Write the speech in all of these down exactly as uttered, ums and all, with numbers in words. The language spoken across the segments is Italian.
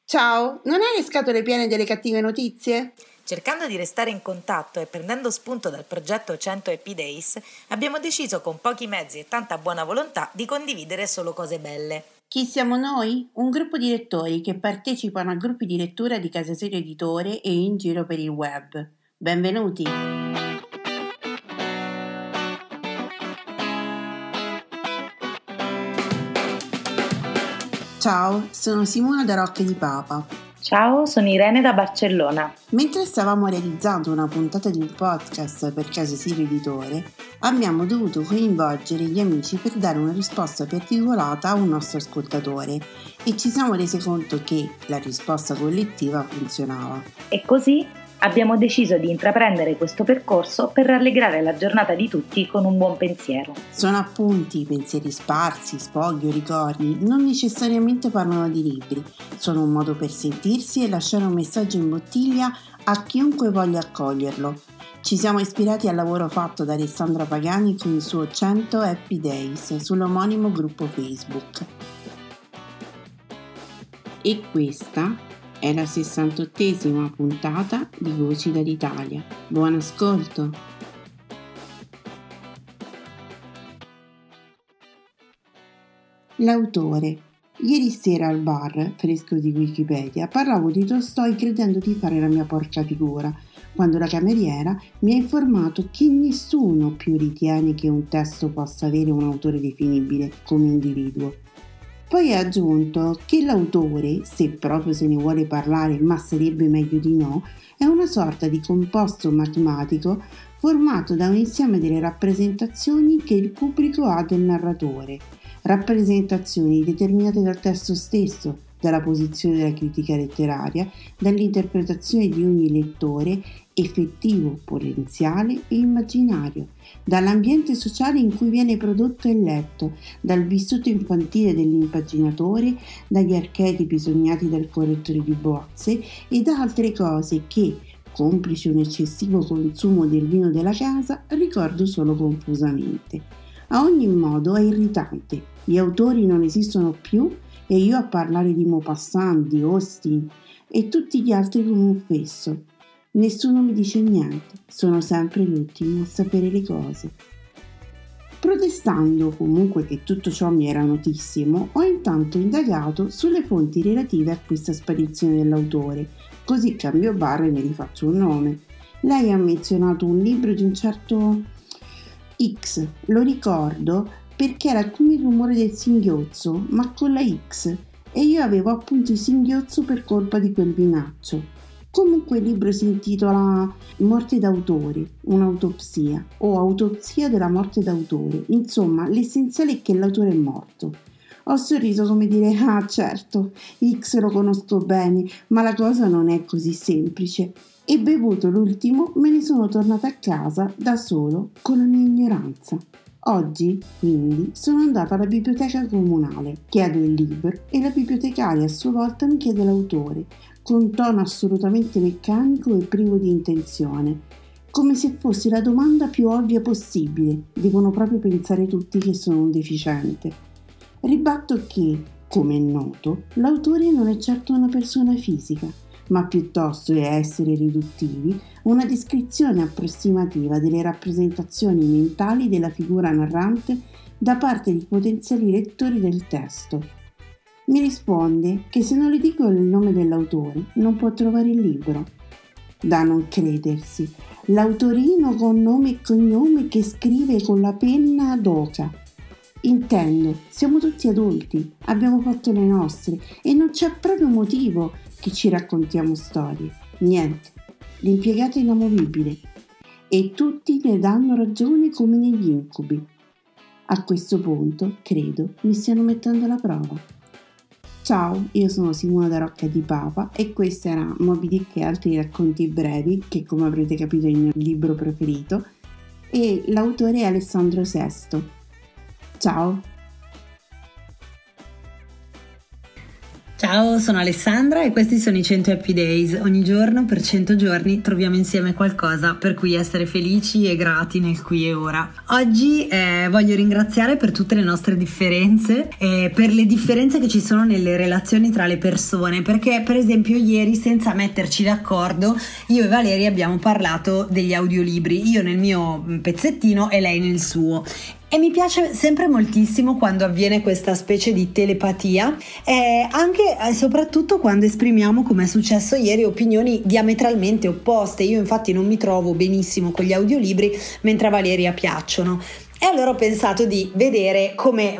Ciao, non hai le scatole piene delle cattive notizie? Cercando di restare in contatto e prendendo spunto dal progetto cento Happy Days, abbiamo deciso con pochi mezzi e tanta buona volontà di condividere solo cose belle. Chi siamo noi? Un gruppo di lettori che partecipano a gruppi di lettura di Casa Serio Editore e in giro per il web. Benvenuti! Ciao, sono Simona da Rocca di Papa. Ciao, sono Irene da Barcellona. Mentre stavamo realizzando una puntata di un podcast per Casa Serio Editore, abbiamo dovuto coinvolgere gli amici per dare una risposta più articolata a un nostro ascoltatore e ci siamo resi conto che la risposta collettiva funzionava. E così abbiamo deciso di intraprendere questo percorso per rallegrare la giornata di tutti con un buon pensiero. Sono appunti, pensieri sparsi, sfoghi o ricordi, non necessariamente parlano di libri, sono un modo per sentirsi e lasciare un messaggio in bottiglia a chiunque voglia accoglierlo. Ci siamo ispirati al lavoro fatto da Alessandra Pagani con il suo cento Happy Days sull'omonimo gruppo Facebook. E questa è la sessantottesima puntata di Voci dall'Italia. Buon ascolto! L'autore. Ieri sera al bar, fresco di Wikipedia, parlavo di Tolstoi credendo di fare la mia porca figura, quando la cameriera mi ha informato che nessuno più ritiene che un testo possa avere un autore definibile come individuo. Poi ha aggiunto che l'autore, se proprio se ne vuole parlare, ma sarebbe meglio di no, è una sorta di composto matematico formato da un insieme delle rappresentazioni che il pubblico ha del narratore, rappresentazioni determinate dal testo stesso, dalla posizione della critica letteraria, dall'interpretazione di ogni lettore effettivo, potenziale e immaginario, dall'ambiente sociale in cui viene prodotto e letto, dal vissuto infantile dell'impaginatore, dagli archetipi sognati dal correttore di bozze e da altre cose che, complice un eccessivo consumo del vino della casa, ricordo solo confusamente. A ogni modo è irritante, gli autori non esistono più e io a parlare di Maupassant, di Austin e tutti gli altri come un fesso. Nessuno mi dice niente, sono sempre l'ultimo a sapere le cose. Protestando comunque che tutto ciò mi era notissimo, ho intanto indagato sulle fonti relative a questa sparizione dell'autore, così cambio barra e ne rifaccio un nome. Lei ha menzionato un libro di un certo X, lo ricordo perché era come il rumore del singhiozzo, ma con la X, e io avevo appunto il singhiozzo per colpa di quel vinaccio. Comunque il libro si intitola Morte d'autore, un'autopsia, o Autopsia della morte d'autore. Insomma, l'essenziale è che l'autore è morto. Ho sorriso come dire, ah certo, X lo conosco bene, ma la cosa non è così semplice. E bevuto l'ultimo me ne sono tornata a casa da solo con la mia ignoranza. Oggi, quindi, sono andata alla biblioteca comunale, chiedo il libro e la bibliotecaria a sua volta mi chiede l'autore, con tono assolutamente meccanico e privo di intenzione, come se fosse la domanda più ovvia possibile. Devono proprio pensare tutti che sono un deficiente. Ribatto che, come è noto, l'autore non è certo una persona fisica, ma piuttosto è, a essere riduttivi, una descrizione approssimativa delle rappresentazioni mentali della figura narrante da parte di potenziali lettori del testo. Mi risponde che se non le dico il nome dell'autore non può trovare il libro. Da non credersi, l'autorino con nome e cognome che scrive con la penna d'oca. Intendo, siamo tutti adulti, abbiamo fatto le nostre e non c'è proprio motivo che ci raccontiamo storie. Niente, l'impiegato è inamovibile e tutti ne danno ragione come negli incubi. A questo punto, credo, mi stiano mettendo alla prova. Ciao, io sono Simona da Rocca di Papa e questo era Moby Dick e altri racconti brevi, che come avrete capito è il mio libro preferito, e l'autore è Alessandro Sesto. Ciao! Ciao, sono Alessandra e questi sono i cento Happy Days. Ogni giorno per cento giorni troviamo insieme qualcosa per cui essere felici e grati nel qui e ora. Oggi eh, voglio ringraziare per tutte le nostre differenze e per le differenze che ci sono nelle relazioni tra le persone, perché per esempio ieri, senza metterci d'accordo, io e Valeria abbiamo parlato degli audiolibri, io nel mio pezzettino e lei nel suo. E mi piace sempre moltissimo quando avviene questa specie di telepatia, eh, anche e soprattutto quando esprimiamo, come è successo ieri, opinioni diametralmente opposte. Io infatti non mi trovo benissimo con gli audiolibri, mentre a Valeria piacciono. E allora ho pensato di vedere come,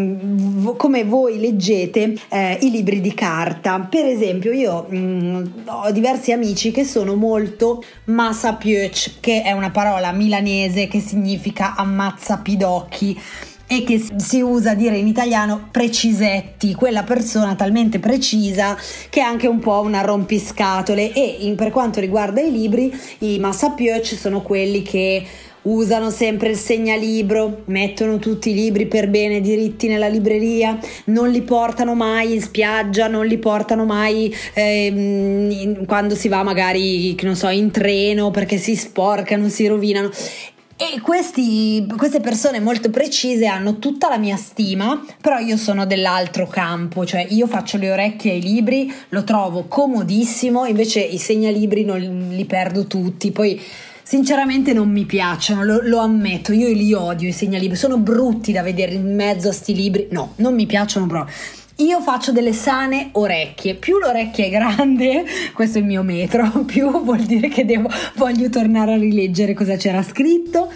mh, come voi leggete eh, i libri di carta. Per esempio io mh, ho diversi amici che sono molto massa-piöch, che è una parola milanese che significa ammazza pidocchi e che si usa a dire in italiano precisetti, quella persona talmente precisa che è anche un po' una rompiscatole. E in, per quanto riguarda i libri, i massa-piöch sono quelli che usano sempre il segnalibro, mettono tutti i libri per bene diritti nella libreria, non li portano mai in spiaggia, non li portano mai eh, in, quando si va magari, non so, in treno, perché si sporcano, si rovinano. E questi, queste persone molto precise hanno tutta la mia stima, però io sono dell'altro campo, cioè io faccio le orecchie ai libri, lo trovo comodissimo, invece i segnalibri non li perdo tutti. Poi sinceramente non mi piacciono, lo, lo ammetto, io li odio i segnalibri, sono brutti da vedere in mezzo a sti libri, no, non mi piacciono proprio. Io faccio delle sane orecchie, più l'orecchia è grande, questo è il mio metro, più vuol dire che devo, voglio tornare a rileggere cosa c'era scritto,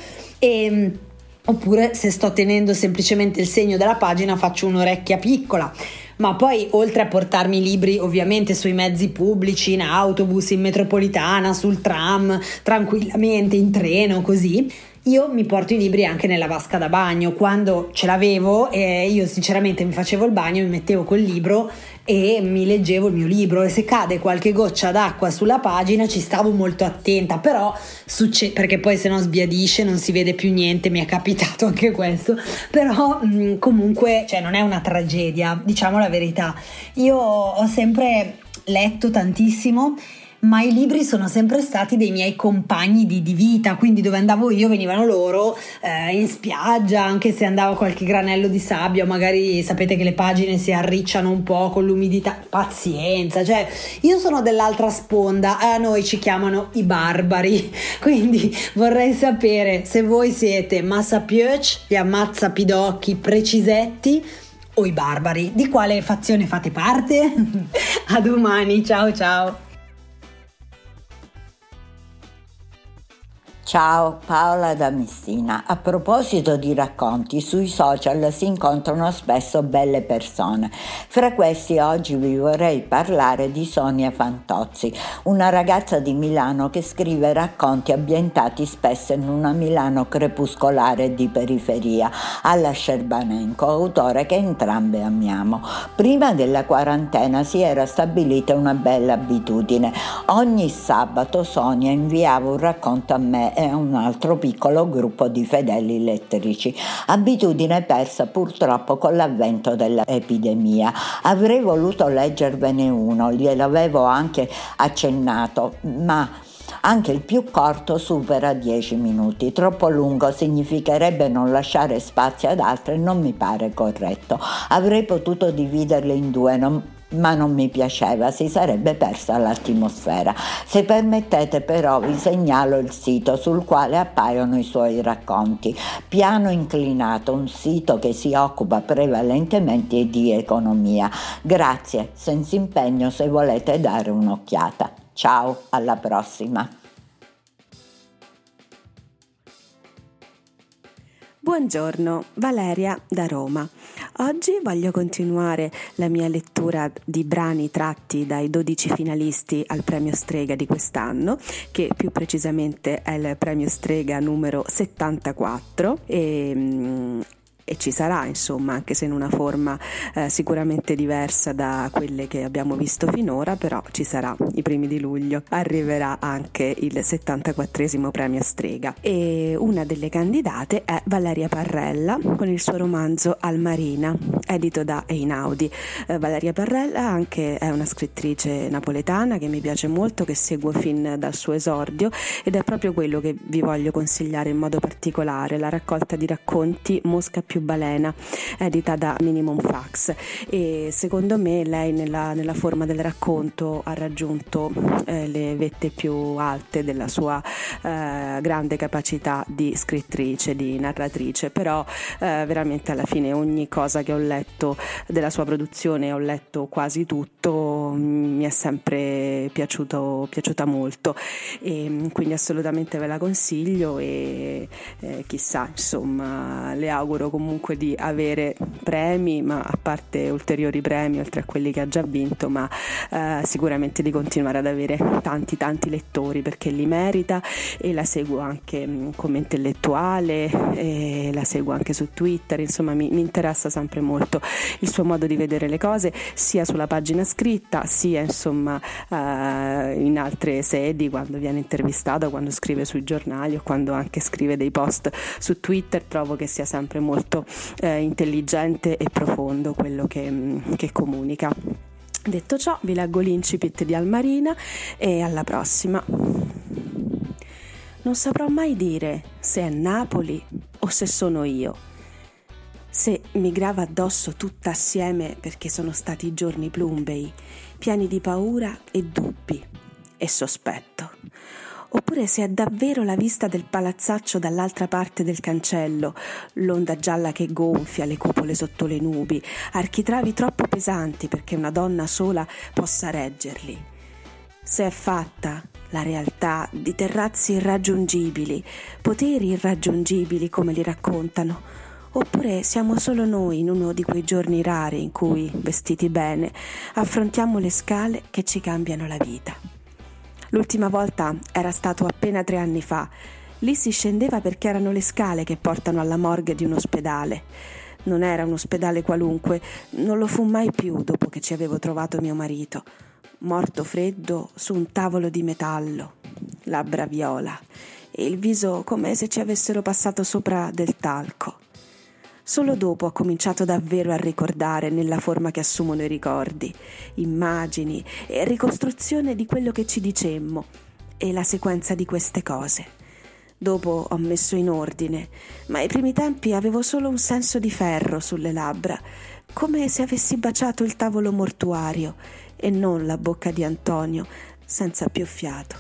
e, oppure se sto tenendo semplicemente il segno della pagina faccio un'orecchia piccola. Ma poi, oltre a portarmi i libri ovviamente sui mezzi pubblici, in autobus, in metropolitana, sul tram, tranquillamente, in treno, così, io mi porto i libri anche nella vasca da bagno. Quando ce l'avevo, eh, io sinceramente mi facevo il bagno, mi mettevo col libro e mi leggevo il mio libro, e se cade qualche goccia d'acqua sulla pagina ci stavo molto attenta, però succe- perché poi se no sbiadisce, non si vede più niente, mi è capitato anche questo, però mh, comunque cioè non è una tragedia, diciamo la verità. Io ho sempre letto tantissimo, ma i libri sono sempre stati dei miei compagni di, di vita, quindi dove andavo io venivano loro, eh, in spiaggia, anche se andavo qualche granello di sabbia, o magari sapete che le pagine si arricciano un po' con l'umidità, pazienza, cioè io sono dell'altra sponda, a noi ci chiamano i barbari, quindi vorrei sapere se voi siete massa-piöch, gli ammazza-pidocchi precisetti, o i barbari. Di quale fazione fate parte? A domani, ciao ciao. Ciao, Paola da Messina. A proposito di racconti, sui social si incontrano spesso belle persone. Fra questi oggi vi vorrei parlare di Sonia Fantozzi, una ragazza di Milano che scrive racconti ambientati spesso in una Milano crepuscolare di periferia, alla Scerbanenko, autore che entrambe amiamo. Prima della quarantena si era stabilita una bella abitudine. Ogni sabato Sonia inviava un racconto a me e un altro piccolo gruppo di fedeli lettrici, abitudine persa purtroppo con l'avvento dell'epidemia. Avrei voluto leggervene uno, gliel'avevo anche accennato, ma anche il più corto supera dieci minuti, troppo lungo significherebbe non lasciare spazio ad altri e non mi pare corretto. Avrei potuto dividerli in due, non ma non mi piaceva, si sarebbe persa l'atmosfera. Se permettete però vi segnalo il sito sul quale appaiono i suoi racconti. Piano Inclinato, un sito che si occupa prevalentemente di economia. Grazie, senza impegno se volete dare un'occhiata. Ciao, alla prossima. Buongiorno, Valeria da Roma. Oggi voglio continuare la mia lettura di brani tratti dai dodici finalisti al premio Strega di quest'anno, che più precisamente è il premio Strega numero settantaquattro, e e ci sarà, insomma, anche se in una forma eh, sicuramente diversa da quelle che abbiamo visto finora, però ci sarà. I primi di luglio arriverà anche il settantaquattresimo premio Strega, e una delle candidate è Valeria Parrella con il suo romanzo Almarina. edito da Einaudi. Eh, Valeria Parrella anche è una scrittrice napoletana che mi piace molto, che seguo fin dal suo esordio, ed è proprio quello che vi voglio consigliare in modo particolare, la raccolta di racconti Mosca più balena, edita da Minimum Fax. E secondo me lei nella, nella forma del racconto ha raggiunto eh, le vette più alte della sua eh, grande capacità di scrittrice, di narratrice, però eh, veramente alla fine ogni cosa che ho letto della sua produzione, ho letto quasi tutto, mi è sempre piaciuto, piaciuta molto, e quindi assolutamente ve la consiglio, e eh, chissà, insomma, le auguro comunque di avere premi, ma a parte ulteriori premi oltre a quelli che ha già vinto, ma eh, sicuramente di continuare ad avere tanti tanti lettori, perché li merita, e la seguo anche mh, come intellettuale, e la seguo anche su Twitter, insomma mi, mi interessa sempre molto il suo modo di vedere le cose, sia sulla pagina scritta, sia insomma eh, in altre sedi, quando viene intervistato, quando scrive sui giornali o quando anche scrive dei post su Twitter. Trovo che sia sempre molto eh, intelligente e profondo quello che, che comunica. Detto ciò, vi leggo l'incipit di Almarina e alla prossima. Non saprò mai dire se è Napoli o se sono io, se mi grava addosso tutta assieme perché sono stati giorni plumbei, pieni di paura e dubbi e sospetto, oppure se è davvero la vista del palazzaccio dall'altra parte del cancello, l'onda gialla che gonfia le cupole sotto le nubi, architravi troppo pesanti perché una donna sola possa reggerli. Se è fatta la realtà di terrazzi irraggiungibili, poteri irraggiungibili come li raccontano, oppure siamo solo noi in uno di quei giorni rari in cui, vestiti bene, affrontiamo le scale che ci cambiano la vita. L'ultima volta era stato appena tre anni fa. Lì si scendeva perché erano le scale che portano alla morgue di un ospedale. Non era un ospedale qualunque, non lo fu mai più dopo che ci avevo trovato mio marito, morto freddo su un tavolo di metallo, labbra viola e il viso come se ci avessero passato sopra del talco. Solo dopo ho cominciato davvero a ricordare nella forma che assumono i ricordi, immagini e ricostruzione di quello che ci dicemmo e la sequenza di queste cose. Dopo ho messo in ordine, ma ai primi tempi avevo solo un senso di ferro sulle labbra, come se avessi baciato il tavolo mortuario e non la bocca di Antonio, senza più fiato.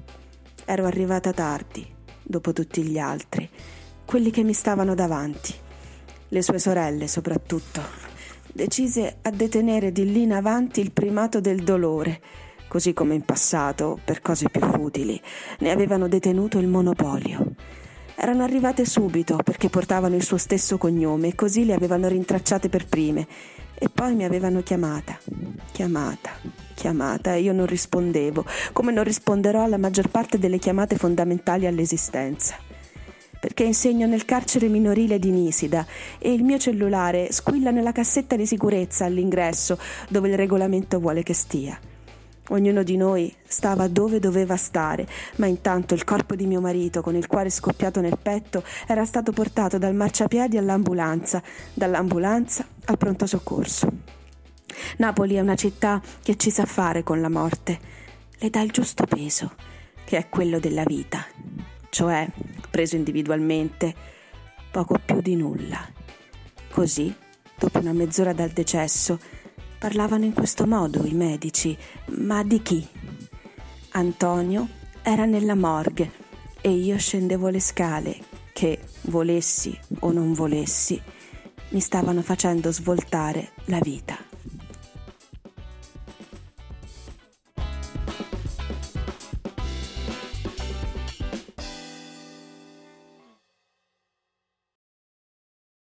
Ero arrivata tardi, dopo tutti gli altri, quelli che mi stavano davanti. Le sue sorelle soprattutto, decise a detenere di lì in avanti il primato del dolore, così come in passato, per cose più futili, ne avevano detenuto il monopolio. Erano arrivate subito perché portavano il suo stesso cognome e così le avevano rintracciate per prime, e poi mi avevano chiamata, chiamata, chiamata e io non rispondevo, come non risponderò alla maggior parte delle chiamate fondamentali all'esistenza. Perché insegno nel carcere minorile di Nisida e il mio cellulare squilla nella cassetta di sicurezza all'ingresso dove il regolamento vuole che stia. Ognuno di noi stava dove doveva stare, ma intanto il corpo di mio marito, con il cuore scoppiato nel petto, era stato portato dal marciapiedi all'ambulanza, dall'ambulanza al pronto soccorso. Napoli è una città che ci sa fare con la morte, le dà il giusto peso, che è quello della vita, cioè, preso individualmente, poco più di nulla. Così, dopo una mezz'ora dal decesso, parlavano in questo modo i medici, ma di chi? Antonio era nella morgue e io scendevo le scale che, volessi o non volessi, mi stavano facendo svoltare la vita.